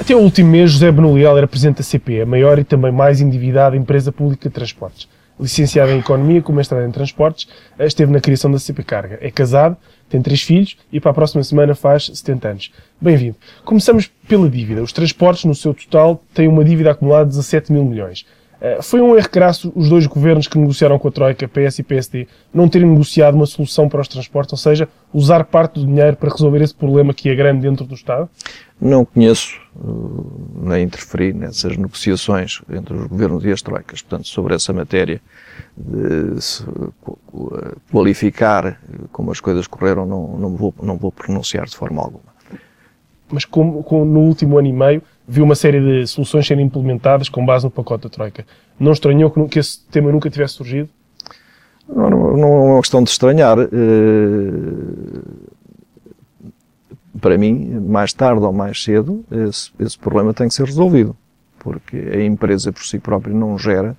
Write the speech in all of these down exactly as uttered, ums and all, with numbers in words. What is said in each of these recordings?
Até o último mês, José Benoliel era presidente da C P, a maior e também mais endividada empresa pública de transportes. Licenciado em Economia, com mestrado em Transportes, esteve na criação da C P Carga. É casado, tem três filhos e para a próxima semana faz setenta anos. Bem-vindo. Começamos pela dívida. Os transportes, no seu total, têm uma dívida acumulada de dezassete mil milhões. Foi um erro crasso os dois governos que negociaram com a Troika, P S e P S D, não terem negociado uma solução para os transportes, ou seja, usar parte do dinheiro para resolver esse problema que é grande dentro do Estado? Não conheço, nem interferi nessas negociações entre os governos e as Troicas. Portanto, sobre essa matéria de se qualificar como as coisas correram, não, não, vou, não vou pronunciar de forma alguma. Mas como, como no último ano e meio viu uma série de soluções serem implementadas com base no pacote da Troika. Não estranhou que, que esse tema nunca tivesse surgido? Não, não, não é uma questão de estranhar. Para mim, mais tarde ou mais cedo, esse, esse problema tem que ser resolvido. Porque a empresa por si própria não gera,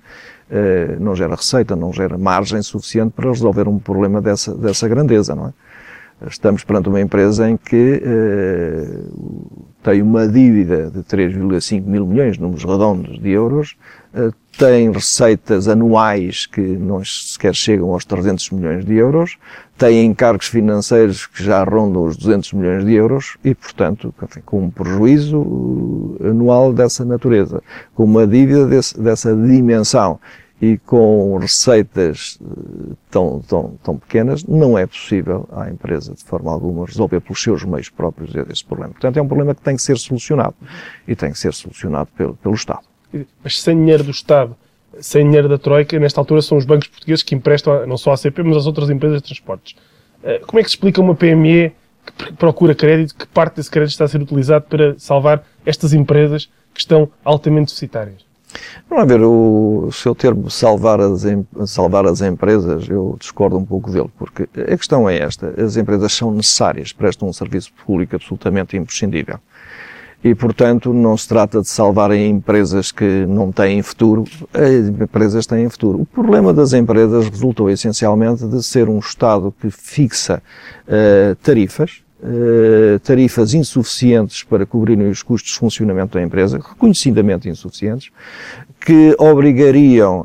não gera receita, não gera margem suficiente para resolver um problema dessa, dessa grandeza, não é? Estamos perante uma empresa em que eh, tem uma dívida de três vírgula cinco mil milhões, números redondos de euros, eh, tem receitas anuais que não sequer chegam aos trezentos milhões de euros, tem encargos financeiros que já rondam os duzentos milhões de euros e, portanto, enfim, com um prejuízo anual dessa natureza, com uma dívida desse, dessa dimensão e com receitas tão, tão, tão pequenas, não é possível à empresa, de forma alguma, resolver pelos seus meios próprios esse problema. Portanto, é um problema que tem que ser solucionado e tem que ser solucionado pelo, pelo Estado. Mas sem dinheiro do Estado, sem dinheiro da Troika, nesta altura são os bancos portugueses que emprestam não só à C P, mas às outras empresas de transportes. Como é que se explica uma P M E que procura crédito, que parte desse crédito está a ser utilizado para salvar estas empresas que estão altamente deficitárias? Vamos ver, o, o seu termo salvar as, salvar as empresas, eu discordo um pouco dele, porque a questão é esta, as empresas são necessárias, prestam um serviço público absolutamente imprescindível. E, portanto, não se trata de salvarem empresas que não têm futuro, as empresas têm futuro. O problema das empresas resultou essencialmente de ser um Estado que fixa uh, tarifas, Uh, tarifas insuficientes para cobrirem os custos de funcionamento da empresa, reconhecidamente insuficientes, que obrigariam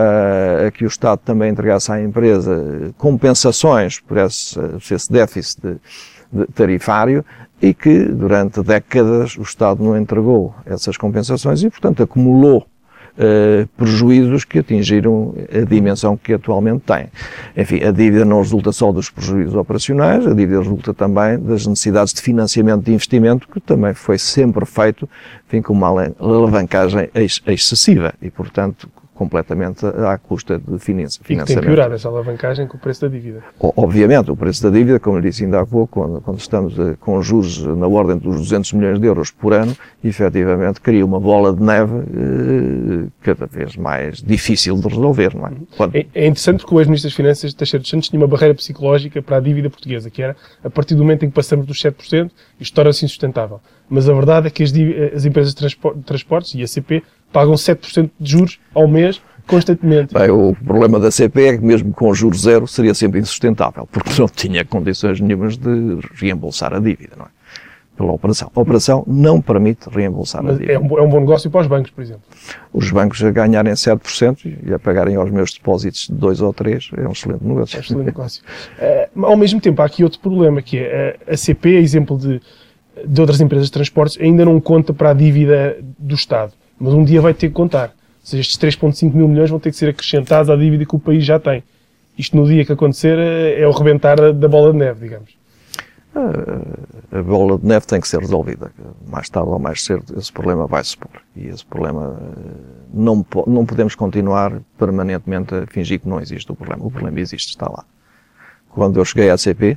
uh, a que o Estado também entregasse à empresa compensações por esse, por esse déficit de, de tarifário e que durante décadas o Estado não entregou essas compensações e, portanto, acumulou Uh, prejuízos que atingiram a dimensão que atualmente tem. Enfim, a dívida não resulta só dos prejuízos operacionais, a dívida resulta também das necessidades de financiamento de investimento, que também foi sempre feito, enfim, com uma alavancagem ex excessiva e, portanto, completamente à custa de financiamento. E que tem piorado essa alavancagem com o preço da dívida. Obviamente, o preço da dívida, como eu disse ainda há pouco, quando, quando estamos com juros na ordem dos duzentos milhões de euros por ano, efetivamente cria uma bola de neve eh, cada vez mais difícil de resolver, não é? Quando... É, é interessante porque o ex-ministro das Finanças, Teixeira dos Santos, tinha uma barreira psicológica para a dívida portuguesa, que era, a partir do momento em que passamos dos sete por cento, isto torna-se insustentável. Mas a verdade é que as, as empresas de transportes e a C P pagam sete por cento de juros ao mês, constantemente. Bem, o problema da C P é que mesmo com juros zero seria sempre insustentável, porque não tinha condições nenhumas de reembolsar a dívida, não é? Pela operação. A operação não permite reembolsar Mas a dívida. É um, é um bom negócio para os bancos, por exemplo. Os bancos a ganharem sete por cento e a pagarem aos meus depósitos de dois ou três é um excelente negócio. É um excelente negócio. Uh, ao mesmo tempo, há aqui outro problema, que é a, a C P, exemplo de, de outras empresas de transportes, ainda não conta para a dívida do Estado. Mas um dia vai ter que contar. Ou seja, estes três vírgula cinco mil milhões vão ter que ser acrescentados à dívida que o país já tem. Isto no dia que acontecer é o rebentar da bola de neve, digamos. A, a bola de neve tem que ser resolvida. Mais tarde ou mais cedo esse problema vai se pôr. E esse problema não, não podemos continuar permanentemente a fingir que não existe o problema. O problema existe, está lá. Quando eu cheguei à C P,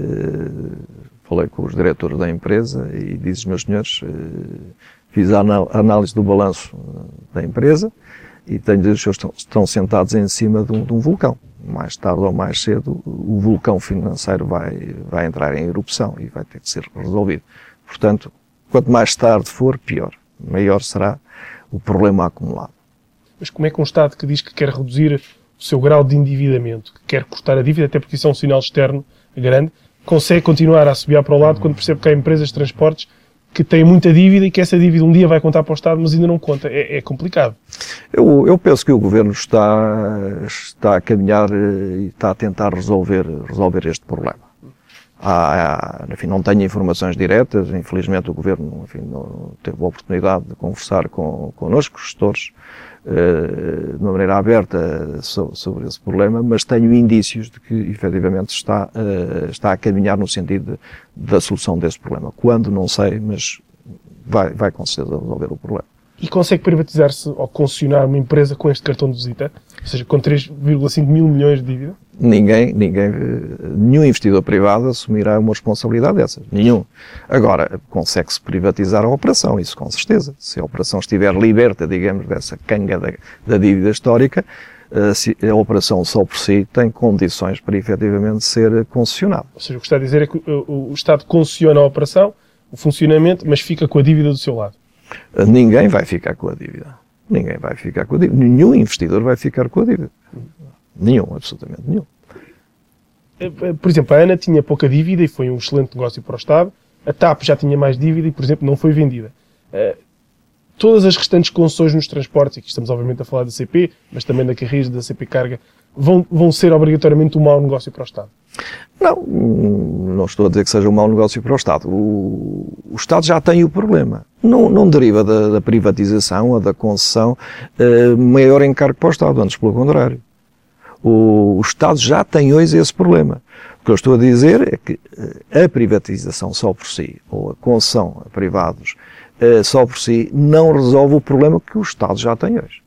falei com os diretores da empresa e disse, meus senhores, fiz a análise do balanço da empresa e tenho de dizer que os senhores estão sentados em cima de um, de um vulcão. Mais tarde ou mais cedo, o vulcão financeiro vai, vai entrar em erupção e vai ter que ser resolvido. Portanto, quanto mais tarde for, pior. Maior será o problema acumulado. Mas como é que um Estado que diz que quer reduzir o seu grau de endividamento, que quer cortar a dívida, até porque isso é um sinal externo grande, consegue continuar a assobiar para o lado quando percebe que há empresas de transportes que tem muita dívida e que essa dívida um dia vai contar para o Estado, mas ainda não conta. É, é complicado. Eu, eu penso que o Governo está, está a caminhar e está a tentar resolver, resolver este problema. Há, há, enfim, não tenho informações diretas, infelizmente o Governo, enfim, não teve a oportunidade de conversar com, connosco, os gestores, Uh, de uma maneira aberta so, sobre esse problema, mas tenho indícios de que efetivamente está, uh, está a caminhar no sentido de, da solução desse problema. Quando, não sei, mas vai, vai com certeza resolver o problema. E consegue privatizar-se ou concessionar uma empresa com este cartão de visita? Ou seja, com três vírgula cinco mil milhões de dívida? Ninguém, ninguém, nenhum investidor privado assumirá uma responsabilidade dessas. Nenhum. Agora, consegue-se privatizar a operação, isso com certeza. Se a operação estiver liberta, digamos, dessa canga da, da dívida histórica, a, a operação só por si tem condições para efetivamente ser concessionada. Ou seja, o que está a dizer é que o, o Estado concessiona a operação, o funcionamento, mas fica com a dívida do seu lado. Ninguém vai ficar com a dívida. Ninguém vai ficar com a dívida. Nenhum investidor vai ficar com a dívida. Nenhum, absolutamente nenhum. Por exemplo, a ANA tinha pouca dívida e foi um excelente negócio para o Estado. A TAP já tinha mais dívida e, por exemplo, não foi vendida. Todas as restantes concessões nos transportes, aqui estamos obviamente a falar da C P, mas também da Carris, da C P Carga, vão, vão ser obrigatoriamente um mau negócio para o Estado? Não, não estou a dizer que seja um mau negócio para o Estado. O, o Estado já tem o problema. Não, não deriva da, da privatização ou da concessão uh, maior encargo para o Estado, antes pelo contrário. O, o Estado já tem hoje esse problema. O que eu estou a dizer é que uh, a privatização só por si, ou a concessão a privados uh, só por si, não resolve o problema que o Estado já tem hoje.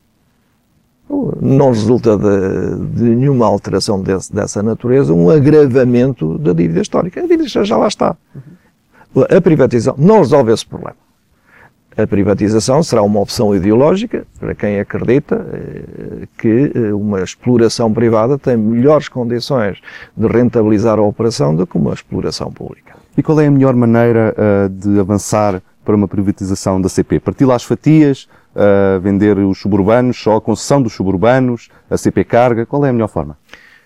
Não resulta de, de nenhuma alteração desse, dessa natureza um agravamento da dívida histórica. A dívida já lá está. A privatização não resolve esse problema. A privatização será uma opção ideológica para quem acredita eh, que uma exploração privada tem melhores condições de rentabilizar a operação do que uma exploração pública. E qual é a melhor maneira uh, de avançar para uma privatização da C P? Partir lá as fatias, uh, vender os suburbanos, só a concessão dos suburbanos, a C P Carga, qual é a melhor forma?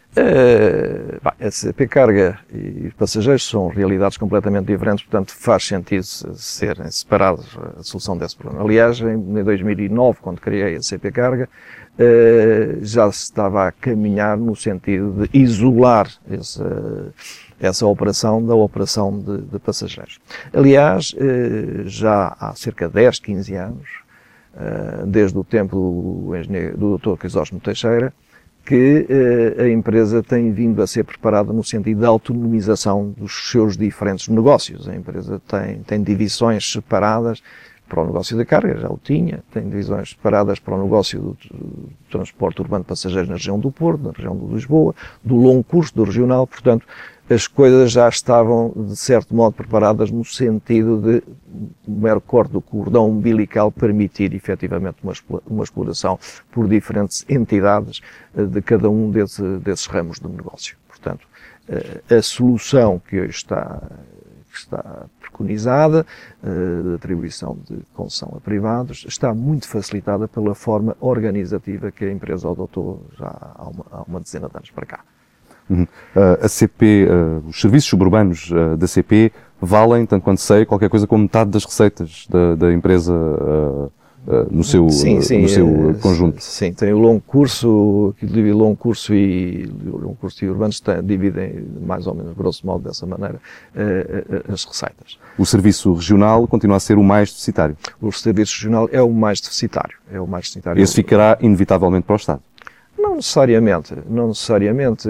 Uh, bem, a C P Carga e os passageiros são realidades completamente diferentes, portanto faz sentido serem separados a solução desse problema. Aliás, em dois mil e nove, quando criei a C P Carga, uh, já se estava a caminhar no sentido de isolar esse, essa operação da operação de, de passageiros. Aliás, uh, já há cerca de dez, quinze anos, uh, desde o tempo do, engenheiro, do doutor Crisóstomo Teixeira, que eh, a empresa tem vindo a ser preparada no sentido da autonomização dos seus diferentes negócios. A empresa tem, tem divisões separadas para o negócio da carga, já o tinha, tem divisões separadas para o negócio do, do transporte urbano de passageiros na região do Porto, na região de Lisboa, do longo curso, do regional, portanto, as coisas já estavam, de certo modo, preparadas no sentido de o mero corte do cordão umbilical permitir, efetivamente, uma, uma exploração por diferentes entidades de cada um desse, desses ramos de negócio. Portanto, a solução que hoje está, que está preconizada, de atribuição de concessão a privados, está muito facilitada pela forma organizativa que a empresa adotou já há uma, há uma dezena de anos para cá. Uhum. Uh, a C P, uh, os serviços suburbanos uh, da C P valem, tanto quanto sei, qualquer coisa como metade das receitas da, da empresa uh, uh, no seu, sim, sim, no seu uh, uh, conjunto. Sim, tem o longo curso, que divide longo curso e longo curso e urbanos, tem, dividem mais ou menos, grosso modo, dessa maneira, uh, uh, as receitas. O serviço regional continua a ser o mais deficitário. O serviço regional é o mais deficitário. É o mais deficitário. Esse ficará inevitavelmente para o Estado. Não necessariamente, não necessariamente.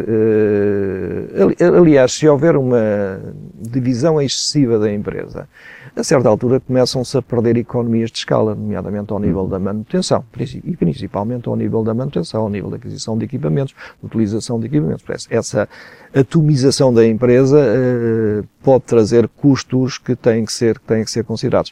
Uh, aliás, se houver uma divisão excessiva da empresa, a certa altura começam-se a perder economias de escala, nomeadamente ao nível da manutenção, e principalmente ao nível da manutenção, ao nível da aquisição de equipamentos, de utilização de equipamentos. Essa atomização da empresa uh, pode trazer custos que têm que ser, que têm que ser considerados.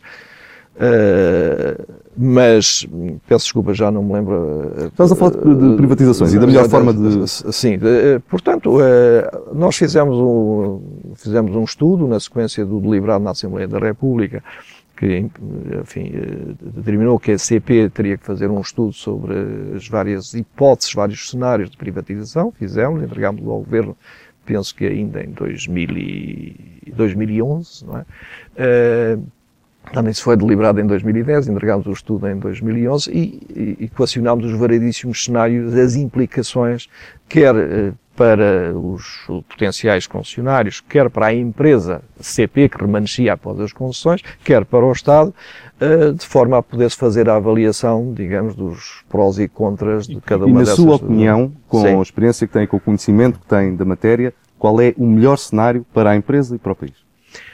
Uh, mas, peço desculpa, já não me lembro. Uh, Estamos a falar de, de privatizações uh, e da melhor uh, forma de... Sim, uh, portanto, uh, nós fizemos um, fizemos um estudo na sequência do deliberado na Assembleia da República, que, enfim, uh, determinou que a C P teria que fazer um estudo sobre as várias hipóteses, vários cenários de privatização. Fizemos, entregámos-lo ao Governo, penso que ainda em dois mil e onze, não é? Uh, Portanto, isso foi deliberado em dois mil e dez, entregámos o estudo em dois mil e onze e, e equacionámos os variedíssimos cenários, as implicações, quer eh, para os potenciais concessionários, quer para a empresa C P que remanescia após as concessões, quer para o Estado, eh, de forma a poder-se fazer a avaliação, digamos, dos prós e contras de cada e uma na dessas... sua opinião, com Sim. a experiência que tem, com o conhecimento que tem da matéria, qual é o melhor cenário para a empresa e para o país?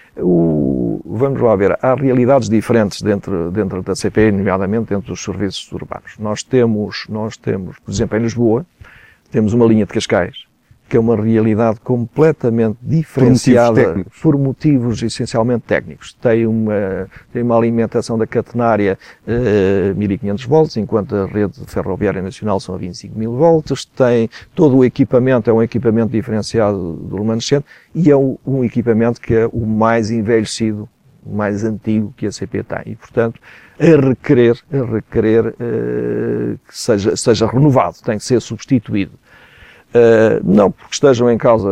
O, vamos lá ver, há realidades diferentes dentro, dentro da C P, nomeadamente dentro dos serviços urbanos. Nós temos, nós temos, por exemplo, em Lisboa, temos uma linha de Cascais, que é uma realidade completamente diferenciada por motivos, por motivos essencialmente técnicos. Tem uma, tem uma alimentação da catenária uh, mil e quinhentos volts, enquanto a rede ferroviária nacional são a vinte e cinco mil volts. Tem todo o equipamento, é um equipamento diferenciado do remanescente e é um, um equipamento que é o mais envelhecido, o mais antigo que a C P tem. E, portanto, a requerer, a requerer uh, que seja, seja renovado, tem que ser substituído. Uh, não porque estejam em causa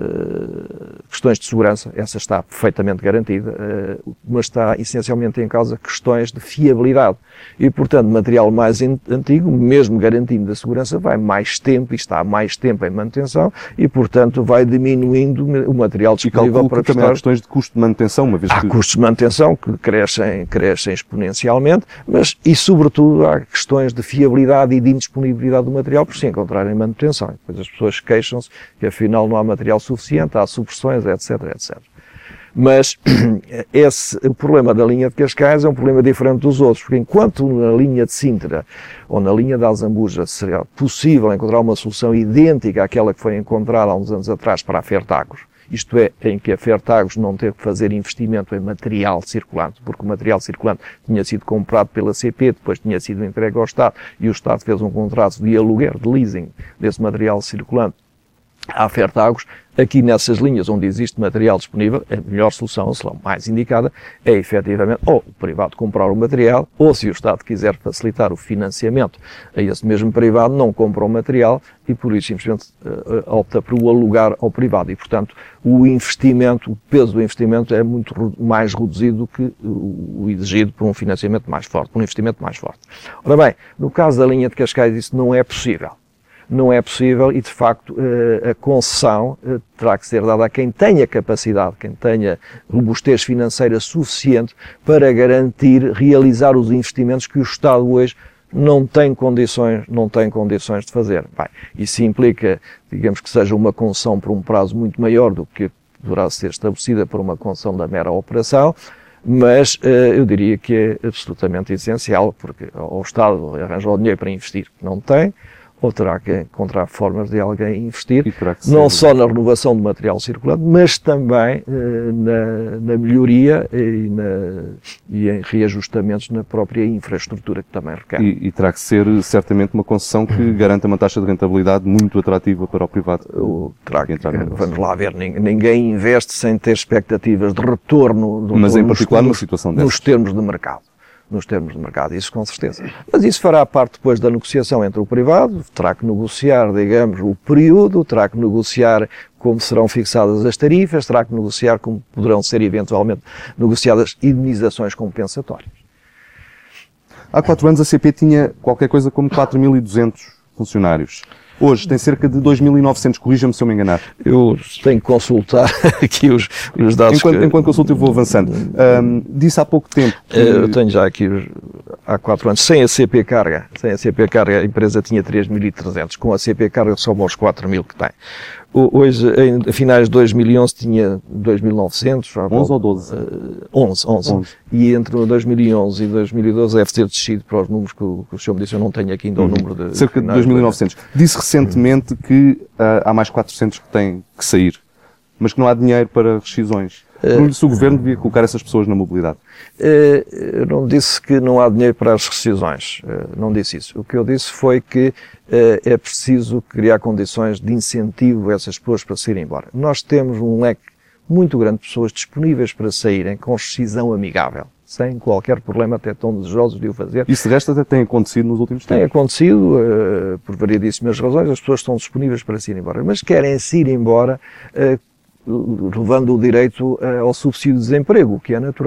uh, questões de segurança, essa está perfeitamente garantida, uh, mas está essencialmente em causa questões de fiabilidade. E, portanto, material mais antigo, mesmo garantindo a segurança, vai mais tempo e está mais tempo em manutenção e, portanto, vai diminuindo o material disponível para prestar. Também há questões de custo de manutenção, uma vez há que... custos de manutenção que crescem, crescem exponencialmente, mas, e sobretudo, há questões de fiabilidade e de indisponibilidade do material por se encontrar em manutenção. E depois as pessoas queixam-se que afinal não há material suficiente, há supressões, etc, etcétera. Mas esse, o problema da linha de Cascais é um problema diferente dos outros, porque enquanto na linha de Sintra ou na linha de Alzambuja seria possível encontrar uma solução idêntica àquela que foi encontrada há uns anos atrás para a Fertagos, isto é, em que a Fertagos não teve que fazer investimento em material circulante, porque o material circulante tinha sido comprado pela C P, depois tinha sido entregue ao Estado, e o Estado fez um contrato de aluguer, de leasing, desse material circulante à Fertagos. Aqui nessas linhas onde existe material disponível, a melhor solução, a solução mais indicada, é efetivamente ou o privado comprar o material, ou se o Estado quiser facilitar o financiamento a esse mesmo privado, não compra o material e por isso simplesmente uh, opta por o alugar ao privado. E, portanto, o investimento, o peso do investimento é muito mais reduzido do que o exigido por um financiamento mais forte, por um investimento mais forte. Ora bem, no caso da linha de Cascais isso não é possível. Não é possível e, de facto, a concessão terá que ser dada a quem tenha capacidade, quem tenha robustez financeira suficiente para garantir realizar os investimentos que o Estado hoje não tem condições, não tem condições de fazer. Bem, isso implica, digamos, que seja uma concessão por um prazo muito maior do que poderá ser estabelecida por uma concessão da mera operação, mas uh, eu diria que é absolutamente essencial, porque o Estado arranja o dinheiro para investir, que não tem, ou terá que encontrar formas de alguém investir, não só na renovação do material circulante, mas também eh, na, na melhoria e, na, e em reajustamentos na própria infraestrutura que também requer. E, e terá que ser certamente uma concessão que garanta uma taxa de rentabilidade muito atrativa para o privado. O, terá que, vamos lá ver, ninguém investe sem ter expectativas de retorno, do, mas em nos, particular nos, numa situação dessa. Nos termos de mercado. nos termos de mercado, isso com certeza. Mas isso fará parte depois da negociação entre o privado, terá que negociar, digamos, o período, terá que negociar como serão fixadas as tarifas, terá que negociar como poderão ser eventualmente negociadas indenizações compensatórias. Há quatro anos a C P tinha qualquer coisa como quatro mil e duzentos funcionários. Hoje tem cerca de dois mil e novecentos, corrija-me se eu me enganar. Eu tenho que consultar aqui os, os dados. Enquanto, que... enquanto consulto eu vou avançando. Um, disse há pouco tempo que... Eu tenho já aqui, há quatro anos, sem a C P Carga, sem a C P Carga a empresa tinha três mil e trezentos, com a C P Carga soma os quatro mil que tem. Hoje, em finais de dois mil e onze, tinha dois mil e novecentos. onze ou doze? Uh, onze, onze. onze. E entre dois mil e onze e dois mil e doze deve ter descido para os números que o, que o senhor me disse. Eu não tenho aqui ainda uhum. o número de... Cerca de dois mil e novecentos. Disse recentemente uhum. que uh, há mais quatrocentos que têm que sair, mas que não há dinheiro para rescisões. Não disse o Governo devia colocar essas pessoas na mobilidade? Eu não disse que não há dinheiro para as rescisões, não disse isso. O que eu disse foi que é preciso criar condições de incentivo a essas pessoas para saírem embora. Nós temos um leque muito grande de pessoas disponíveis para saírem com rescisão amigável, sem qualquer problema, até tão desejosos de o fazer. Isso de resto até tem acontecido nos últimos tempos? Tem acontecido, uh, por variedíssimas razões, as pessoas estão disponíveis para se ir embora, mas querem se ir embora uh, levando o direito uh, ao subsídio de desemprego, o que é natural.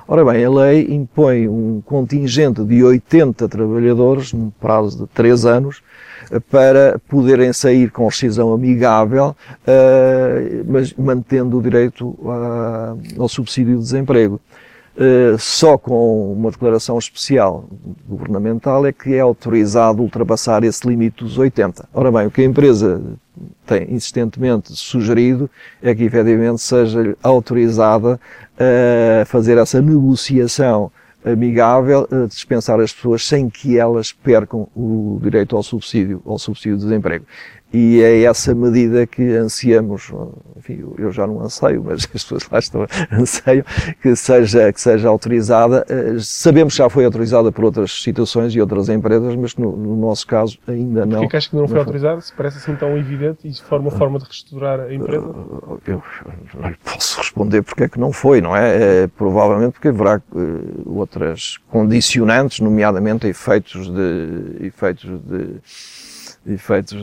Ora bem, a lei impõe um contingente de oitenta trabalhadores, num prazo de três anos, para poderem sair com rescisão amigável, uh, mas mantendo o direito uh, ao subsídio de desemprego. Uh, só com uma declaração especial governamental é que é autorizado ultrapassar esse limite dos oitenta. Ora bem, o que a empresa tem insistentemente sugerido é que efetivamente seja autorizada a fazer essa negociação amigável, a dispensar as pessoas sem que elas percam o direito ao subsídio, ao subsídio de desemprego. E é essa medida que ansiamos, enfim, eu já não anseio, mas as pessoas lá estão, anseiam, que seja, que seja autorizada. Sabemos que já foi autorizada por outras situações e outras empresas, mas no, no nosso caso ainda não. Porquê que acha que não foi autorizada? Se parece assim tão evidente e se for uma forma de reestruturar a empresa? Eu não lhe posso responder porque é que não foi, não é? É provavelmente porque haverá uh, outras condicionantes, nomeadamente efeitos de... efeitos de efeitos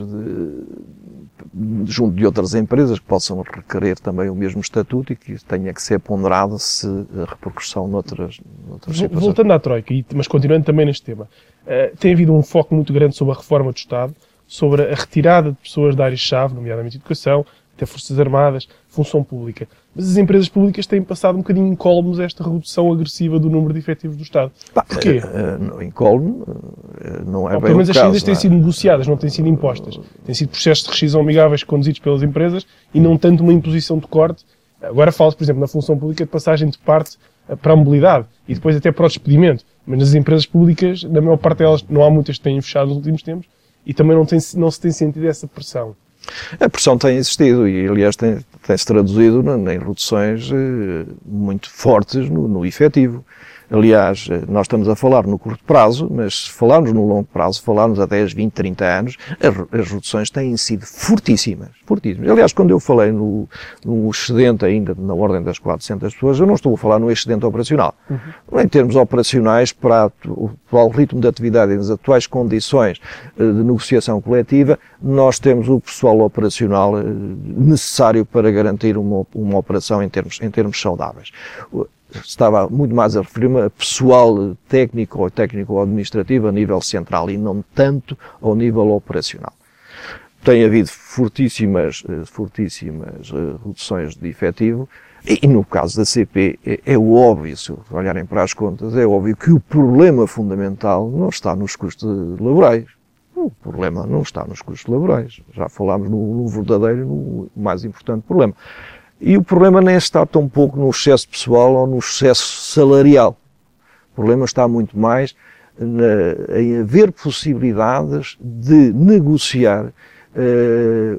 de, junto de outras empresas que possam requerer também o mesmo estatuto e que tenha que ser ponderado se a repercussão noutras, noutras situações. Voltando à Troika, mas continuando também neste tema, uh, tem havido um foco muito grande sobre a reforma do Estado, sobre a retirada de pessoas da área-chave, nomeadamente educação, até Forças Armadas, função pública. Mas as empresas públicas têm passado um bocadinho incólumes esta redução agressiva do número de efetivos do Estado. Porquê? Uh, uh, incólume uh, não é Ou, bem pelo menos o as caso, saídas têm é? sido negociadas, não têm sido impostas. Têm sido processos de rescisão amigáveis conduzidos pelas empresas e não tanto uma imposição de corte. Agora fala-se, por exemplo, na função pública de passagem de parte para a mobilidade e depois até para o despedimento. Mas nas empresas públicas, na maior parte delas, não há muitas que tenham fechado nos últimos tempos e também não, tem, não se tem sentido essa pressão. A pressão tem existido e, aliás, tem, tem-se traduzido em reduções eh, muito fortes no, no efetivo. Aliás, nós estamos a falar no curto prazo, mas se falarmos no longo prazo, falarmos até aos vinte, trinta anos, as, as reduções têm sido fortíssimas, fortíssimas. Aliás, quando eu falei no, no excedente ainda na ordem das quatrocentas pessoas, eu não estou a falar no excedente operacional. Uhum. Em termos operacionais, para o atual ritmo de atividade e nas atuais condições de negociação coletiva, nós temos o pessoal operacional necessário para garantir uma, uma operação em termos, em termos saudáveis. Estava muito mais a referir-me a pessoal técnico ou técnico-administrativo a nível central e não tanto ao nível operacional. Tem havido fortíssimas, fortíssimas reduções de efetivo e no caso da C P é, é óbvio, se olharem para as contas, é óbvio que o problema fundamental não está nos custos laborais. O problema não está nos custos laborais. Já falámos no, no verdadeiro, no mais importante problema. E o problema nem está tão pouco no excesso pessoal ou no excesso salarial. O problema está muito mais na, em haver possibilidades de negociar eh,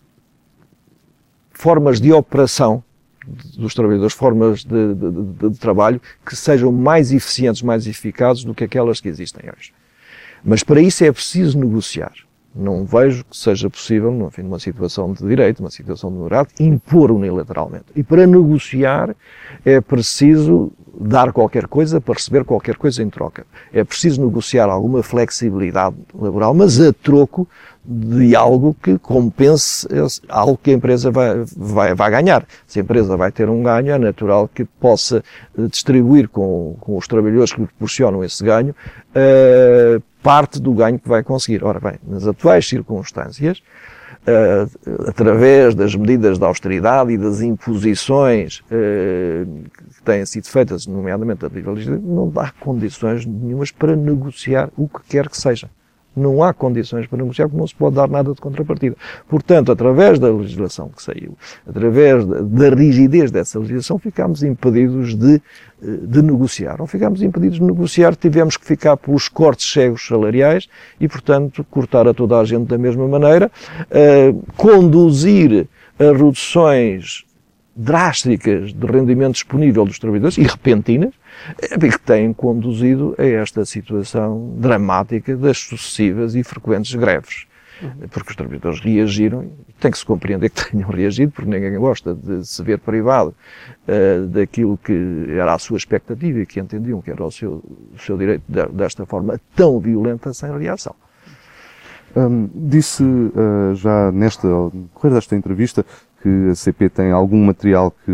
formas de operação dos trabalhadores, formas de, de, de, de trabalho que sejam mais eficientes, mais eficazes do que aquelas que existem hoje. Mas para isso é preciso negociar. Não vejo que seja possível, enfim, numa situação de direito, numa situação de morado, impor unilateralmente. E para negociar é preciso dar qualquer coisa para receber qualquer coisa em troca. É preciso negociar alguma flexibilidade laboral, mas a troco de algo que compense algo que a empresa vai, vai, vai ganhar. Se a empresa vai ter um ganho, é natural que possa distribuir com, com os trabalhadores que lhe proporcionam esse ganho uh, parte do ganho que vai conseguir. Ora bem, nas atuais circunstâncias, uh, através das medidas de austeridade e das imposições uh, que têm sido feitas, nomeadamente a nível legislativo, não dá condições nenhumas para negociar o que quer que seja. Não há condições para negociar porque não se pode dar nada de contrapartida. Portanto, através da legislação que saiu, através da, da rigidez dessa legislação, ficámos impedidos de, de negociar. Não ficámos impedidos de negociar, tivemos que ficar pelos cortes cegos salariais e, portanto, cortar a toda a gente da mesma maneira, uh, conduzir a reduções drásticas de rendimento disponível dos trabalhadores e repentinas, que têm conduzido a esta situação dramática das sucessivas e frequentes greves. Porque os trabalhadores reagiram, tem que se compreender que tenham reagido, porque ninguém gosta de se ver privado uh, daquilo que era a sua expectativa e que entendiam que era o seu, o seu direito de, desta forma tão violenta sem reação. Um, disse uh, já nesta, no decorrer desta entrevista que a C P tem algum material que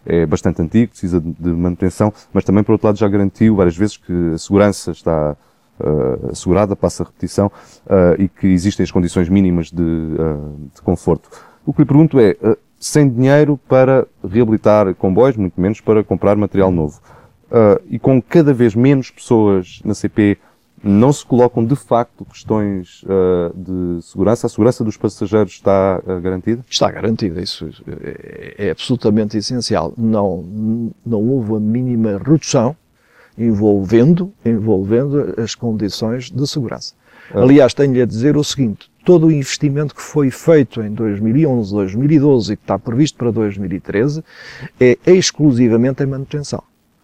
é bastante antigo, precisa de, de manutenção, mas também, por outro lado, já garantiu várias vezes que a segurança está uh, assegurada, passa a repetição, uh, e que existem as condições mínimas de, uh, de conforto. O que lhe pergunto é, uh, sem dinheiro para reabilitar comboios, muito menos para comprar material novo, uh, e com cada vez menos pessoas na C P, não se colocam de facto questões uh, de segurança? A segurança dos passageiros está uh, garantida? Está garantida, isso é, é absolutamente essencial. Não, não houve a mínima redução envolvendo, envolvendo as condições de segurança. Ah. Aliás, tenho-lhe a dizer o seguinte, todo o investimento que foi feito em dois mil e onze, dois mil e doze e que está previsto para dois mil e treze é exclusivamente em manutenção.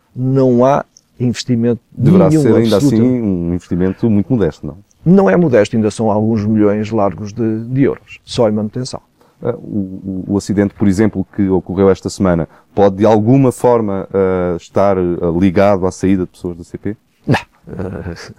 Não há investimento Deverá nenhum, ser ainda absoluto. assim um investimento muito modesto, não? Não é modesto, ainda são alguns milhões largos de, de euros, só em manutenção. Uh, o, o, o acidente, por exemplo, que ocorreu esta semana, pode de alguma forma uh, estar uh, ligado à saída de pessoas da C P? Não. Uh,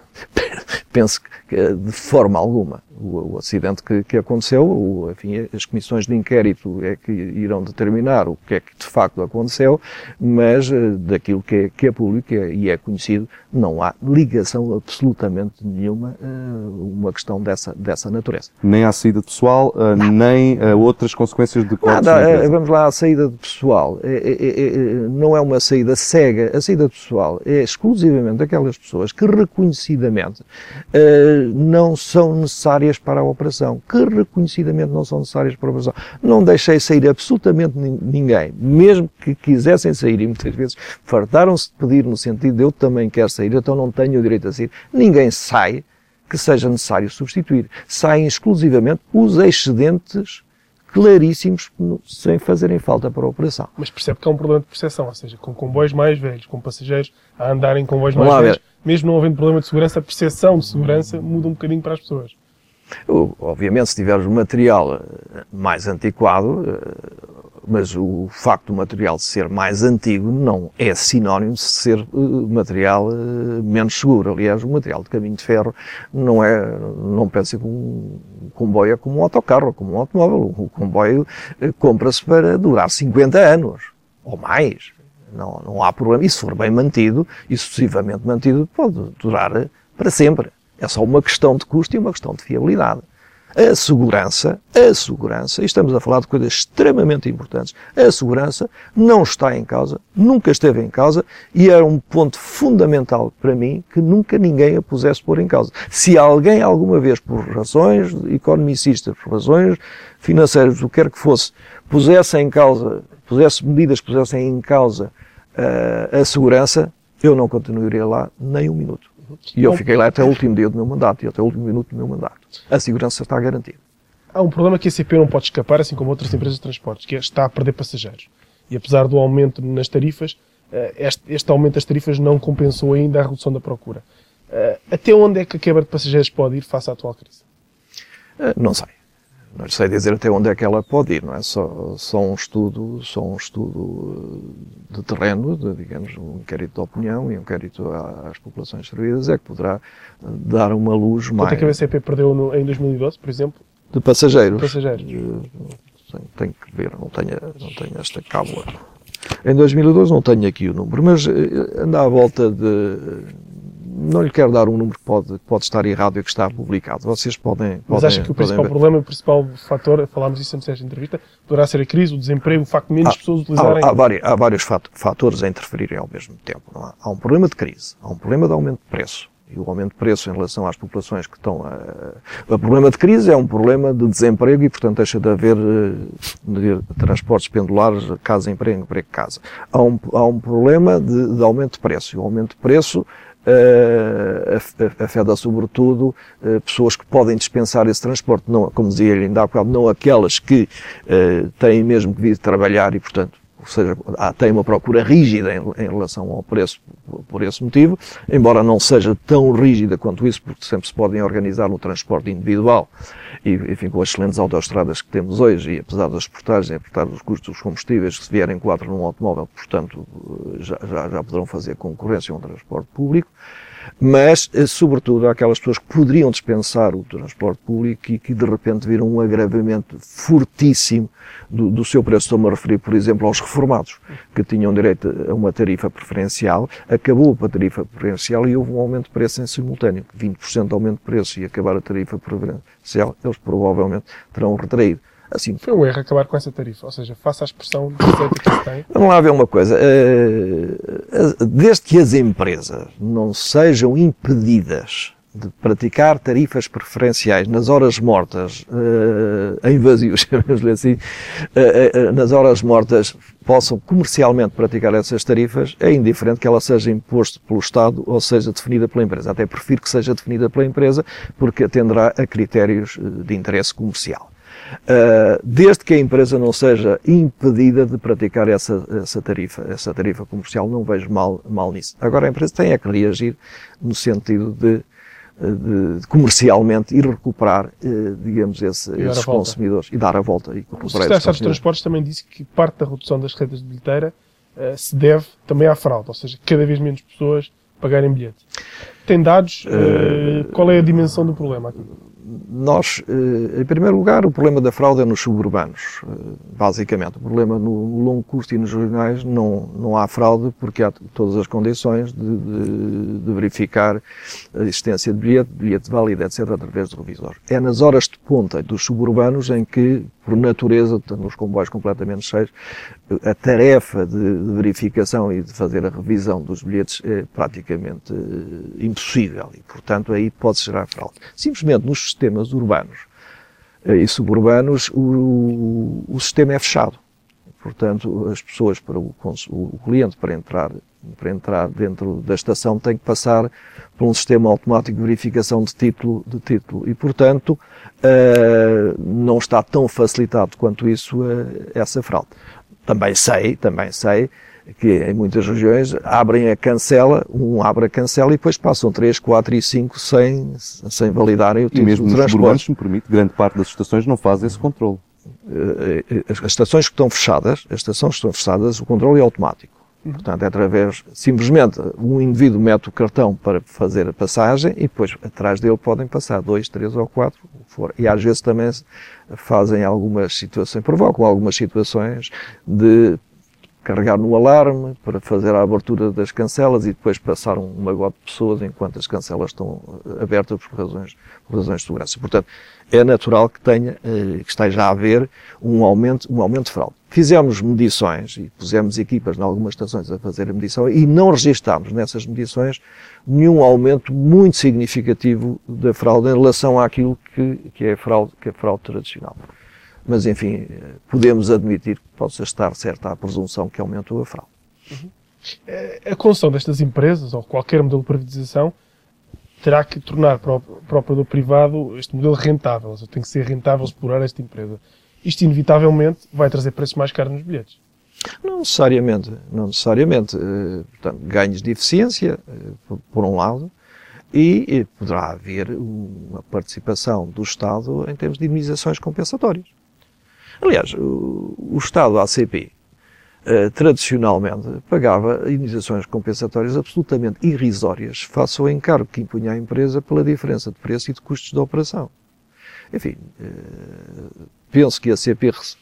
penso que de forma alguma. O, o acidente que, que aconteceu, o, enfim, as comissões de inquérito é que irão determinar o que é que de facto aconteceu, mas uh, daquilo que é, que é público é, e é conhecido, não há ligação absolutamente nenhuma uh, uma questão dessa, dessa natureza. Nem à saída de pessoal, uh, nem a uh, outras consequências de cortes? Nada, vamos lá, a saída de pessoal é, é, é, não é uma saída cega, a saída de pessoal é exclusivamente aquelas pessoas que reconhecidamente uh, não são necessárias para a operação, que reconhecidamente não são necessárias para a operação. Não deixei sair absolutamente ninguém, mesmo que quisessem sair, e muitas vezes fartaram-se de pedir no sentido de eu também quero sair, então não tenho o direito a sair. Ninguém sai que seja necessário substituir. Saem exclusivamente os excedentes claríssimos, sem fazerem falta para a operação. Mas percebe que há um problema de percepção, ou seja, com comboios mais velhos, com passageiros a andarem em comboios mais velhos, mesmo não havendo problema de segurança, a percepção de segurança muda um bocadinho para as pessoas. Obviamente, se tiveres material mais antiquado, mas o facto do material ser mais antigo não é sinónimo de ser material menos seguro. Aliás, o material de caminho de ferro não é, não pensa que um comboio é como um autocarro, como um automóvel. O comboio compra-se para durar cinquenta anos, ou mais. Não, não há problema. E se for bem mantido, e sucessivamente mantido, pode durar para sempre. É só uma questão de custo e uma questão de fiabilidade. A segurança, a segurança, e estamos a falar de coisas extremamente importantes, a segurança não está em causa, nunca esteve em causa, e era um ponto fundamental para mim que nunca ninguém a pusesse pôr em causa. Se alguém alguma vez, por razões economicistas, por razões financeiras, o que quer que fosse, pusesse em causa, pusesse medidas que pusessem em causa uh, a segurança, eu não continuaria lá nem um minuto. E eu fiquei lá até o último dia do meu mandato e até o último minuto do meu mandato. A segurança está garantida. Há um problema que a C P não pode escapar, assim como outras empresas de transportes, que é está a perder passageiros. E apesar do aumento nas tarifas, este, este aumento das tarifas não compensou ainda a redução da procura. Até onde é que a quebra de passageiros pode ir face à atual crise? Não sei. Não sei dizer até onde é que ela pode ir, não é? Só, só um estudo, só um estudo de terreno, de, digamos, um inquérito de opinião e um inquérito às populações servidas é que poderá dar uma luz mais... Quanto é que a C P perdeu no, em dois mil e doze, por exemplo? De passageiros? De passageiros. Tenho, tenho que ver, não tenho, não tenho esta cábula. Em dois mil e doze não tenho aqui o número, mas anda à volta de... Não lhe quero dar um número que pode, pode estar errado e que está publicado. Vocês podem... Mas podem, acha que o principal ver. problema, o principal fator, falámos isso antes desta entrevista, poderá ser a crise, o desemprego, o facto de menos há, pessoas utilizarem... Há, há, vários, há vários fatores a interferirem ao mesmo tempo. Não há? Há um problema de crise, há um problema de aumento de preço. E o aumento de preço em relação às populações que estão a... O problema de crise é um problema de desemprego e, portanto, deixa de haver de transportes pendulares, casa-emprego, emprego-casa. Há um, há um problema de, de aumento de preço. E o aumento de preço Uh, afeta sobretudo uh, pessoas que podem dispensar esse transporte, não, como dizia ele ainda há bocado, não aquelas que uh, têm mesmo que vir trabalhar e, portanto, ou seja, há, têm uma procura rígida em, em relação ao preço por, por esse motivo, embora não seja tão rígida quanto isso, porque sempre se podem organizar no transporte individual e, enfim, com as excelentes autoestradas que temos hoje e apesar das portagens, apesar dos custos dos combustíveis, que se vierem quatro num automóvel, portanto, já, já, já poderão fazer concorrência a um transporte público. Mas, sobretudo, aquelas pessoas que poderiam dispensar o transporte público e que, de repente, viram um agravamento fortíssimo do, do seu preço. Estou-me a referir, por exemplo, aos reformados, que tinham direito a uma tarifa preferencial, acabou a tarifa preferencial e houve um aumento de preço em simultâneo, vinte por cento de aumento de preço, e acabar a tarifa preferencial, eles provavelmente terão retraído. Assim, foi um erro acabar com essa tarifa, ou seja, faça a expressão de receita que se tem. Vamos lá ver uma coisa, desde que as empresas não sejam impedidas de praticar tarifas preferenciais nas horas mortas, em vazio, chamemos-lhe assim, nas horas mortas possam comercialmente praticar essas tarifas, é indiferente que ela seja imposta pelo Estado ou seja definida pela empresa. Até prefiro que seja definida pela empresa, porque atenderá a critérios de interesse comercial. Uh, desde que a empresa não seja impedida de praticar essa, essa tarifa, essa tarifa comercial, não vejo mal, mal nisso. Agora a empresa tem é que reagir no sentido de, de, de comercialmente ir recuperar, uh, digamos, esse, esses consumidores e dar a volta. E o Secretário de Transportes também disse que parte da redução das receitas de bilheteira uh, se deve também à fraude, ou seja, cada vez menos pessoas pagarem bilhete. Tem dados? Uh, uh, qual é a dimensão do problema aqui? Nós, em primeiro lugar, o problema da fraude é nos suburbanos, basicamente. O problema no longo curso e nos regionais não, não há fraude porque há todas as condições de, de, de verificar a existência de bilhete, bilhete válido, etcétera, através do revisor. É nas horas de ponta dos suburbanos em que, por natureza, nos comboios completamente cheios, a tarefa de, de verificação e de fazer a revisão dos bilhetes é praticamente impossível e, portanto, aí pode gerar fraude. Simplesmente nos sistemas urbanos e suburbanos o, o sistema é fechado. Portanto, as pessoas, para o, o cliente, para entrar, para entrar dentro da estação, tem que passar por um sistema automático de verificação de título, de título. E, portanto, uh, não está tão facilitado quanto isso uh, essa fraude. Também sei, também sei que em muitas regiões abrem a cancela, um abre a cancela e depois passam três, quatro e cinco sem, sem validarem o título de transporte. E mesmo nos suburbanos, se me permite, grande parte das estações não faz esse controle. As estações que estão fechadas, as estações que estão fechadas, o controle é automático. Uhum. Portanto, é através, simplesmente, um indivíduo mete o cartão para fazer a passagem e depois atrás dele podem passar dois, três ou quatro, o que for. E às vezes também fazem algumas situações, provocam algumas situações de carregar no alarme para fazer a abertura das cancelas e depois passar um magote de pessoas enquanto as cancelas estão abertas por razões, por razões de segurança. Portanto, é natural que tenha, que esteja a haver um aumento, um aumento de fraude. Fizemos medições e pusemos equipas em algumas estações a fazer a medição e não registámos nessas medições nenhum aumento muito significativo da fraude em relação àquilo que, que, é, a fraude, que é a fraude tradicional. Mas, enfim, podemos admitir que possa estar certa a presunção que aumentou a fraude. Uhum. A concessão destas empresas, ou qualquer modelo de privatização, terá que tornar para o, para o operador privado este modelo rentável. Ou seja, tem que ser rentável explorar esta empresa. Isto, inevitavelmente, vai trazer preços mais caros nos bilhetes. Não necessariamente. Não necessariamente. Portanto, ganhos de eficiência, por um lado, e poderá haver uma participação do Estado em termos de indemnizações compensatórias. Aliás, o, o Estado, a A C P, eh, tradicionalmente pagava indemnizações compensatórias absolutamente irrisórias face ao encargo que impunha à empresa pela diferença de preço e de custos de operação. Enfim, eh, penso que a A C P rece-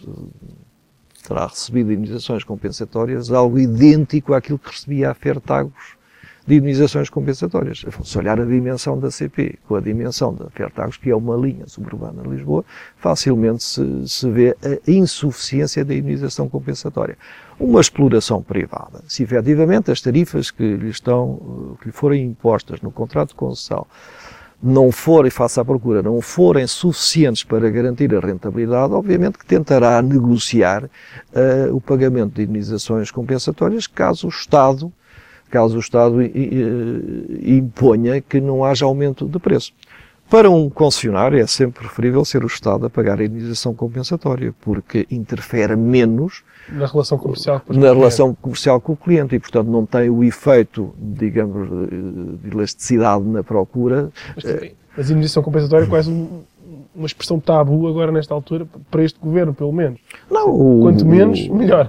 terá recebido indemnizações compensatórias algo idêntico àquilo que recebia a Fertagos de indemnizações compensatórias. Se olhar a dimensão da C P com a dimensão da Fertagos, que é uma linha suburbana de Lisboa, facilmente se, se vê a insuficiência da indemnização compensatória. Uma exploração privada, se efetivamente as tarifas que lhe, estão, que lhe forem impostas no contrato de concessão não forem, face à procura, não forem suficientes para garantir a rentabilidade, obviamente que tentará negociar uh, o pagamento de indemnizações compensatórias caso o Estado caso o Estado imponha que não haja aumento de preço. Para um concessionário é sempre preferível ser o Estado a pagar a indemnização compensatória, porque interfere menos na relação comercial, na relação comercial com o cliente e, portanto, não tem o efeito, digamos, de elasticidade na procura. Mas, mas a indemnização compensatória é quase um, uma expressão tabu agora nesta altura, para este governo, pelo menos. Não, o, Quanto menos, melhor.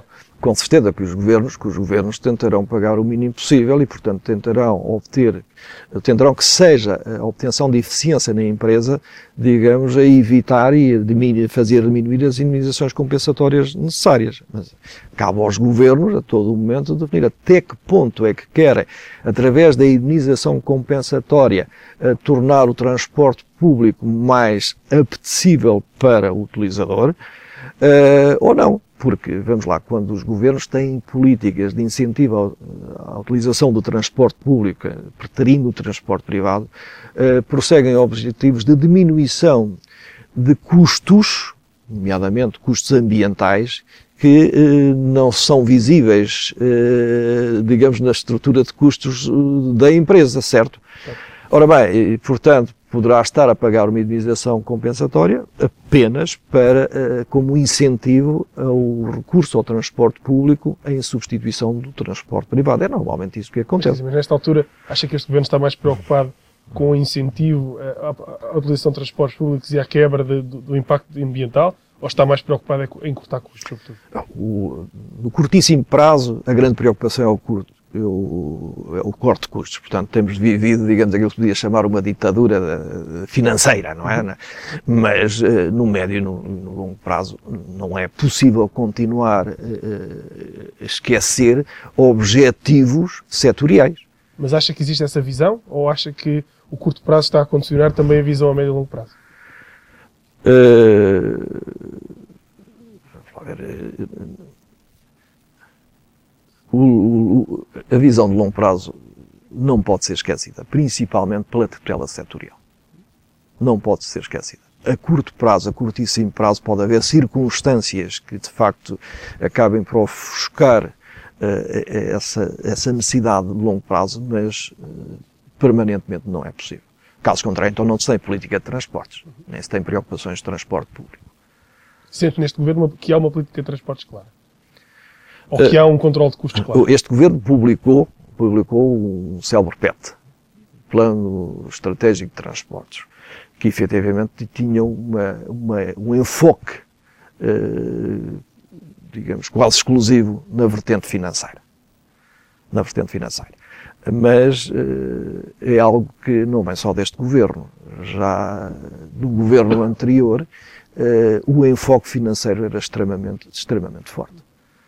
com certeza que os governos, que os governos tentarão pagar o mínimo possível e, portanto, tentarão obter, tentarão que seja a obtenção de eficiência na empresa, digamos, a evitar e a diminuir, fazer diminuir as indemnizações compensatórias necessárias. Mas cabe aos governos, a todo o momento, definir até que ponto é que querem, através da indemnização compensatória, tornar o transporte público mais apetecível para o utilizador, uh, ou não. Porque, vamos lá, quando os governos têm políticas de incentivo à utilização do transporte público, preterindo o transporte privado, uh, prosseguem objetivos de diminuição de custos, nomeadamente custos ambientais, que uh, não são visíveis, uh, digamos, na estrutura de custos da empresa, certo? Ora bem, e, portanto, poderá estar a pagar uma indemnização compensatória apenas para, uh, como incentivo ao recurso ao transporte público em substituição do transporte privado. É normalmente isso que acontece. Mas, mas nesta altura, acha que este governo está mais preocupado com o incentivo à, à utilização de transportes públicos e à quebra de, do, do impacto ambiental? Ou está mais preocupado em cortar custos, sobretudo? O, no curtíssimo prazo, a grande preocupação é o curto. O, o corte de custos. Portanto, temos vivido, digamos, aquilo que se podia chamar uma ditadura financeira, não é? Mas no médio e no, no longo prazo não é possível continuar a esquecer objetivos setoriais. Mas acha que existe essa visão ou acha que o curto prazo está a condicionar também a visão a médio e longo prazo? Uh, vamos lá ver... O, o, a visão de longo prazo não pode ser esquecida, principalmente pela tutela setorial. Não pode ser esquecida. A curto prazo, a curtíssimo prazo, pode haver circunstâncias que, de facto, acabem por ofuscar uh, essa, essa necessidade de longo prazo, mas uh, permanentemente não é possível. Caso contrário, então não se tem política de transportes, nem se tem preocupações de transporte público. Sente neste governo que há uma política de transportes clara? Ou que há um controle de custos claro? Este governo publicou, publicou um célebre P E T, Plano Estratégico de Transportes, que efetivamente tinha uma, uma, um enfoque, eh, digamos, quase exclusivo na vertente financeira. Na vertente financeira. Mas eh, é algo que não vem só deste governo. Já do governo anterior, eh, o enfoque financeiro era extremamente, extremamente forte.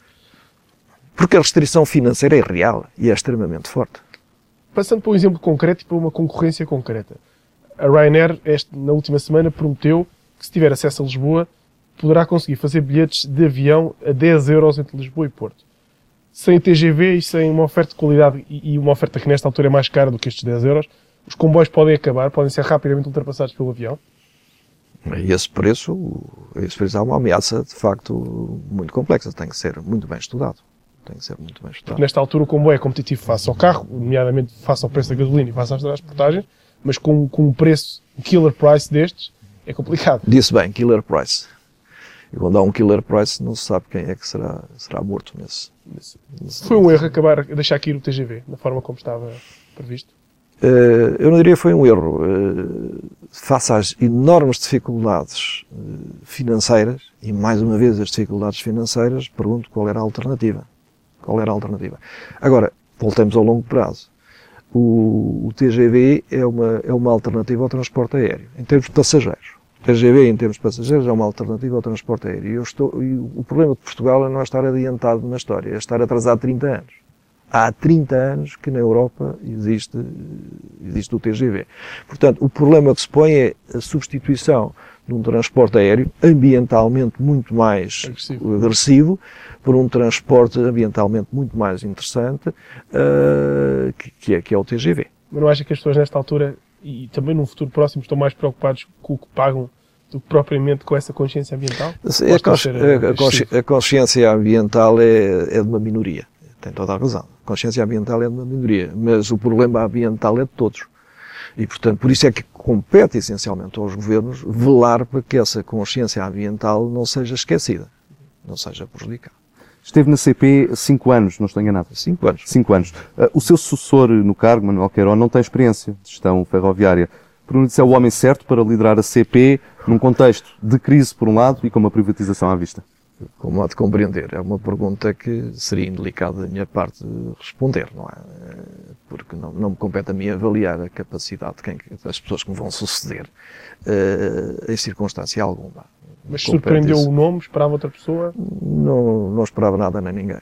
Porque a restrição financeira é real e é extremamente forte. Passando para um exemplo concreto e para uma concorrência concreta. A Ryanair, este, na última semana, prometeu que se tiver acesso a Lisboa, poderá conseguir fazer bilhetes de avião a dez euros entre Lisboa e Porto. Sem T G V e sem uma oferta de qualidade e uma oferta que nesta altura é mais cara do que estes dez euros, os comboios podem acabar, podem ser rapidamente ultrapassados pelo avião. A esse preço, a esse preço há uma ameaça, de facto, muito complexa. Tem que ser muito bem estudado. Tem que ser muito bem estudado. Porque nesta altura o comboio é competitivo face ao carro, nomeadamente face ao preço da gasolina e face às transportagens, mas com, com um preço, um killer price destes, é complicado. Disse bem, killer price. E quando há um killer price, não se sabe quem é que será, será morto nesse, nesse... Foi um erro acabar, deixar cair o T G V, da forma como estava previsto? Uh, eu não diria que foi um erro. Uh, face às enormes dificuldades uh, financeiras, e mais uma vez as dificuldades financeiras, pergunto qual era a alternativa. Qual era a alternativa? Agora, voltemos ao longo prazo. O, o T G V é uma, é uma alternativa ao transporte aéreo, em termos de passageiros. O T G V, em termos de passageiros, é uma alternativa ao transporte aéreo. E, eu estou, e o problema de Portugal é não estar adiantado na história, é estar atrasado trinta anos. Há trinta anos que na Europa existe, existe o T G V. Portanto, o problema que se põe é a substituição de um transporte aéreo ambientalmente muito mais agressivo, agressivo por um transporte ambientalmente muito mais interessante, uh, que, que, é, que é o T G V. Mas não acha que as pessoas nesta altura, e também num futuro próximo, estão mais preocupados com o que pagam do que propriamente com essa consciência ambiental? A, consci a, consci a consciência ambiental é, é de uma minoria. Tem toda a razão. A consciência ambiental é de uma minoria, mas o problema ambiental é de todos. E, portanto, por isso é que compete essencialmente aos governos velar para que essa consciência ambiental não seja esquecida, não seja prejudicada. Esteve na C P cinco anos, não estou enganado. Cinco anos. Cinco anos. Uh, o seu sucessor no cargo, Manuel Queiroz, não tem experiência de gestão ferroviária. Pergunto se é o homem certo para liderar a C P num contexto de crise, por um lado, e com uma privatização à vista. como há de compreender, é uma pergunta que seria indelicada da minha parte responder, não é? Porque não, não me compete a mim avaliar a capacidade de quem, das pessoas que me vão suceder uh, em circunstância alguma. Mas surpreendeu isso. o nome? Esperava outra pessoa? Não, não esperava nada nem ninguém.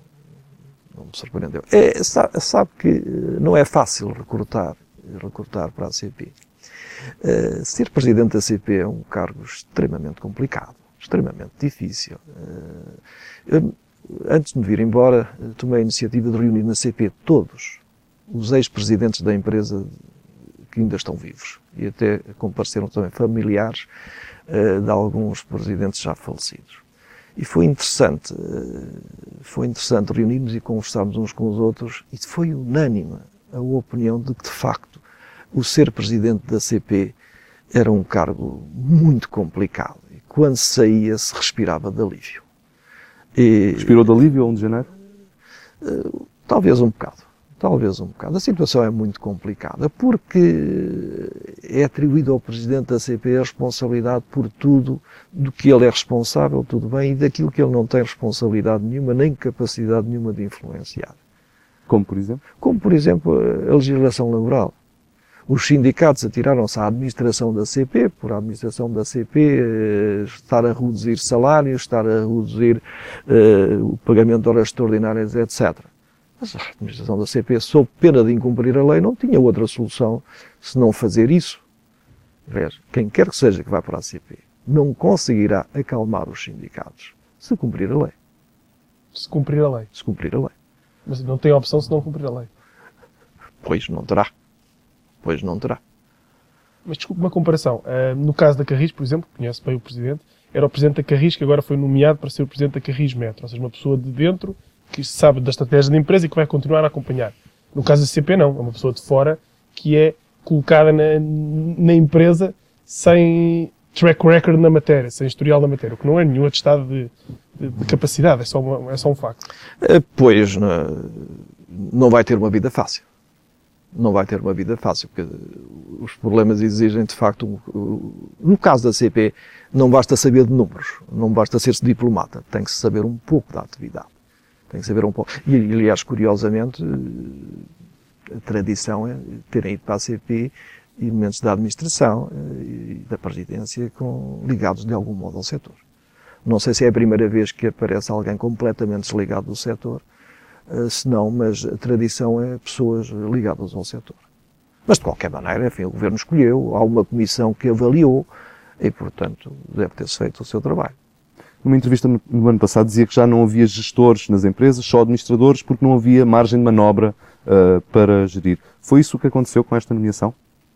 Não me surpreendeu. É, sabe, sabe que não é fácil recrutar, recrutar para a C P. Uh, ser presidente da C P é um cargo extremamente complicado, extremamente difícil. Uh, eu, antes de me vir embora, tomei a iniciativa de reunir na C P todos os ex-presidentes da empresa que ainda estão vivos. E até compareceram também familiares uh, de alguns presidentes já falecidos. E foi interessante, uh, foi interessante reunirmos e conversarmos uns com os outros, e foi unânime a opinião de que, de facto, o ser presidente da C P era um cargo muito complicado. E quando saía, se respirava de alívio. E, Respirou de alívio ao um de janeiro? Uh, talvez um bocado. Talvez um bocado. A situação é muito complicada, porque é atribuído ao presidente da C P a responsabilidade por tudo do que ele é responsável, tudo bem, e daquilo que ele não tem responsabilidade nenhuma, nem capacidade nenhuma de influenciar. Como, por exemplo? Como, por exemplo, a legislação laboral. Os sindicatos atiraram-se à administração da C P, por a administração da C P eh, estar a reduzir salários, estar a reduzir eh, o pagamento de horas extraordinárias, etcétera. Mas a administração da C P, sob pena de incumprir a lei, não tinha outra solução se não fazer isso. Veja, quem quer que seja que vá para a C P, não conseguirá acalmar os sindicatos se cumprir a lei. Se cumprir a lei. Se cumprir a lei. Mas não tem opção se não cumprir a lei. Pois não terá. Pois não terá. Mas desculpe uma comparação. Uh, no caso da Carris, por exemplo, conhece bem o Presidente, era o Presidente da Carris que agora foi nomeado para ser o Presidente da Carris Metro. Ou seja, uma pessoa de dentro que sabe da estratégia da empresa e que vai continuar a acompanhar. No caso da C P, não. É uma pessoa de fora que é colocada na, na empresa sem track record na matéria, sem historial na matéria, o que não é nenhum atestado de, de, de capacidade, é só, uma, é só um facto. Pois, não, não vai ter uma vida fácil. Não vai ter uma vida fácil, porque os problemas exigem, de facto, um, no caso da C P, não basta saber de números, não basta ser-se diplomata, tem que se saber um pouco da atividade. Tem que saber um pouco. E, aliás, curiosamente, a tradição é terem ido para a C P elementos da administração e da presidência com, ligados de algum modo ao setor. Não sei se é a primeira vez que aparece alguém completamente desligado do setor, se não, mas a tradição é pessoas ligadas ao setor. Mas, de qualquer maneira, enfim, o Governo escolheu, há uma comissão que avaliou e, portanto, deve ter-se feito o seu trabalho. Numa entrevista no, no ano passado dizia que já não havia gestores nas empresas, só administradores, porque não havia margem de manobra uh, para gerir. Foi isso que aconteceu com esta nomeação?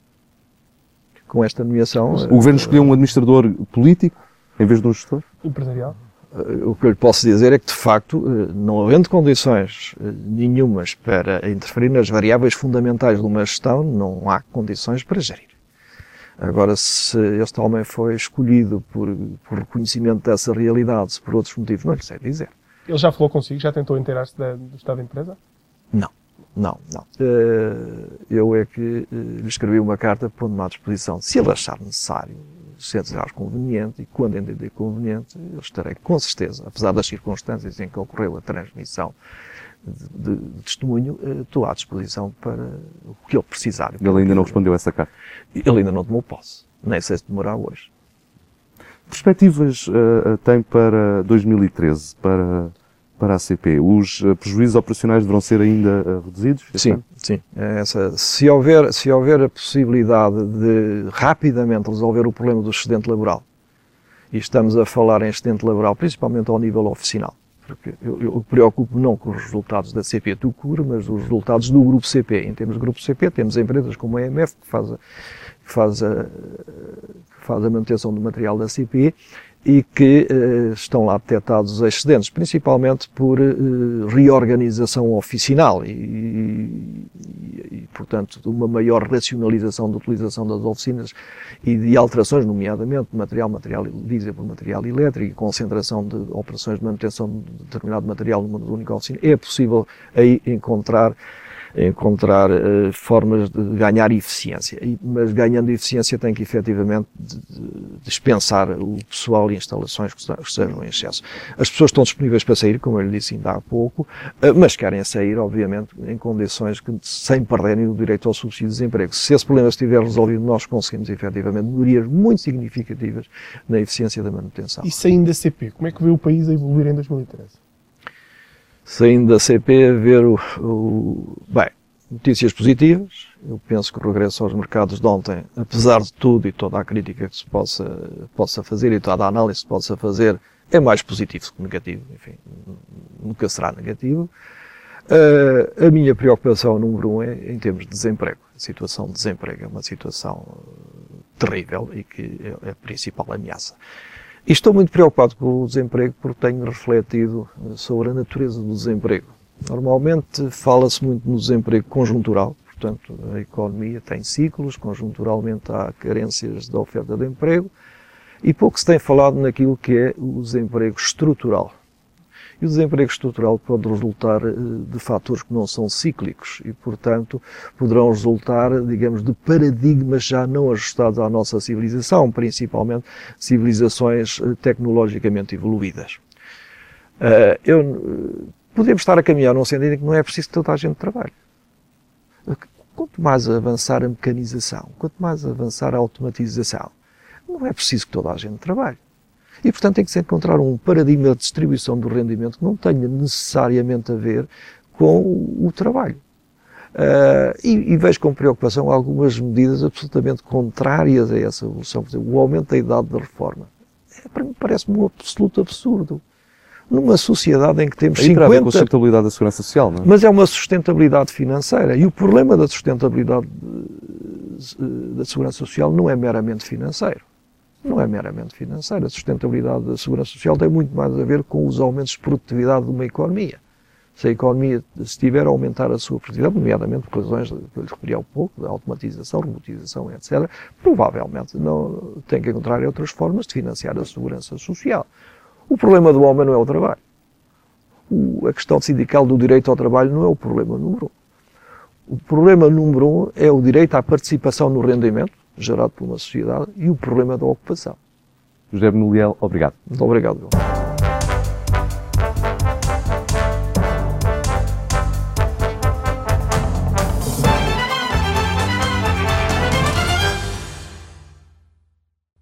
Com esta nomeação... O Governo escolheu um administrador político em vez de um gestor? Empresarial? O que eu lhe posso dizer é que, de facto, não havendo condições nenhumas para interferir nas variáveis fundamentais de uma gestão, não há condições para gerir. Agora, se este homem foi escolhido por, por reconhecimento dessa realidade, se por outros motivos, não lhe sei dizer. Ele já falou consigo? Já tentou inteirar-se do estado da empresa? Não, não, não. Eu é que lhe escrevi uma carta pondo-me à disposição. Se ele achar necessário, se achar conveniente, e quando entender conveniente, eu estarei com certeza, apesar das circunstâncias em que ocorreu a transmissão de, de testemunho, estou à disposição para o que ele precisar. Ele ainda não respondeu a essa carta? Ele ainda não tomou posse. Nem sei se demorar hoje. Perspectivas uh, tem para dois mil e treze, para, para a C P? Os uh, prejuízos operacionais deverão ser ainda uh, reduzidos? Sim, ano? sim. Essa, se, houver, se houver a possibilidade de rapidamente resolver o problema do excedente laboral, e estamos a falar em excedente laboral principalmente ao nível oficinal, porque eu, eu preocupo não com os resultados da C P Tucur, mas os resultados do Grupo C P. Em termos de Grupo C P, temos empresas como a E M F, que faz a, que faz a, que faz a manutenção do material da C P e que uh, estão lá detectados excedentes, principalmente por uh, reorganização oficinal e, e, e, portanto, de uma maior racionalização da utilização das oficinas e de alterações, nomeadamente de material, material diesel por material elétrico e concentração de operações de manutenção de determinado material numa única oficina. É possível aí encontrar encontrar uh, formas de ganhar eficiência. E, mas ganhando eficiência tem que efetivamente de, de dispensar o pessoal e instalações que estejam em excesso. As pessoas estão disponíveis para sair, como eu lhe disse ainda há pouco, uh, mas querem sair, obviamente, em condições que, sem perderem o direito ao subsídio de desemprego. Se esse problema estiver resolvido, nós conseguimos efetivamente melhorias muito significativas na eficiência da manutenção. E saindo da C P, como é que vê o país a evoluir em dois mil e treze? Saindo da C P, a ver o, o... Bem, notícias positivas. Eu penso que o regresso aos mercados de ontem, apesar de tudo e toda a crítica que se possa, possa fazer e toda a análise que se possa fazer, é mais positivo que negativo. Enfim, nunca será negativo. Uh, a minha preocupação número um é em termos de desemprego. A situação de desemprego é uma situação terrível e que é a principal ameaça. E estou muito preocupado com o desemprego porque tenho refletido sobre a natureza do desemprego. Normalmente fala-se muito no desemprego conjuntural, portanto a economia tem ciclos, conjunturalmente há carências da oferta de emprego, e pouco se tem falado naquilo que é o desemprego estrutural. E o desemprego estrutural pode resultar de fatores que não são cíclicos e, portanto, poderão resultar, digamos, de paradigmas já não ajustados à nossa civilização, principalmente civilizações tecnologicamente evoluídas. Uh, eu, podemos estar a caminhar num sentido em que não é preciso que toda a gente trabalhe. Quanto mais avançar a mecanização, quanto mais avançar a automatização, não é preciso que toda a gente trabalhe. E, portanto, tem que se encontrar um paradigma de distribuição do rendimento que não tenha necessariamente a ver com o, o trabalho. Uh, e, e vejo com preocupação algumas medidas absolutamente contrárias a essa evolução. Por exemplo, o aumento da idade da reforma. É, para mim parece-me um absoluto absurdo. Numa sociedade em que temos aí cinquenta... Aí com a sustentabilidade da segurança social, não é? Mas é uma sustentabilidade financeira. E o problema da sustentabilidade da segurança social não é meramente financeiro. Não é meramente financeira. A sustentabilidade da segurança social tem muito mais a ver com os aumentos de produtividade de uma economia. Se a economia estiver a aumentar a sua produtividade, nomeadamente por razões que eu lhe referi há pouco, da automatização, robotização, etcétera, provavelmente não tem que encontrar outras formas de financiar a segurança social. O problema do homem não é o trabalho. O, a questão sindical do direito ao trabalho não é o problema número um. O problema número um é o direito à participação no rendimento, gerado por uma sociedade, e o problema da ocupação. José Benoliel, obrigado. Muito obrigado, João.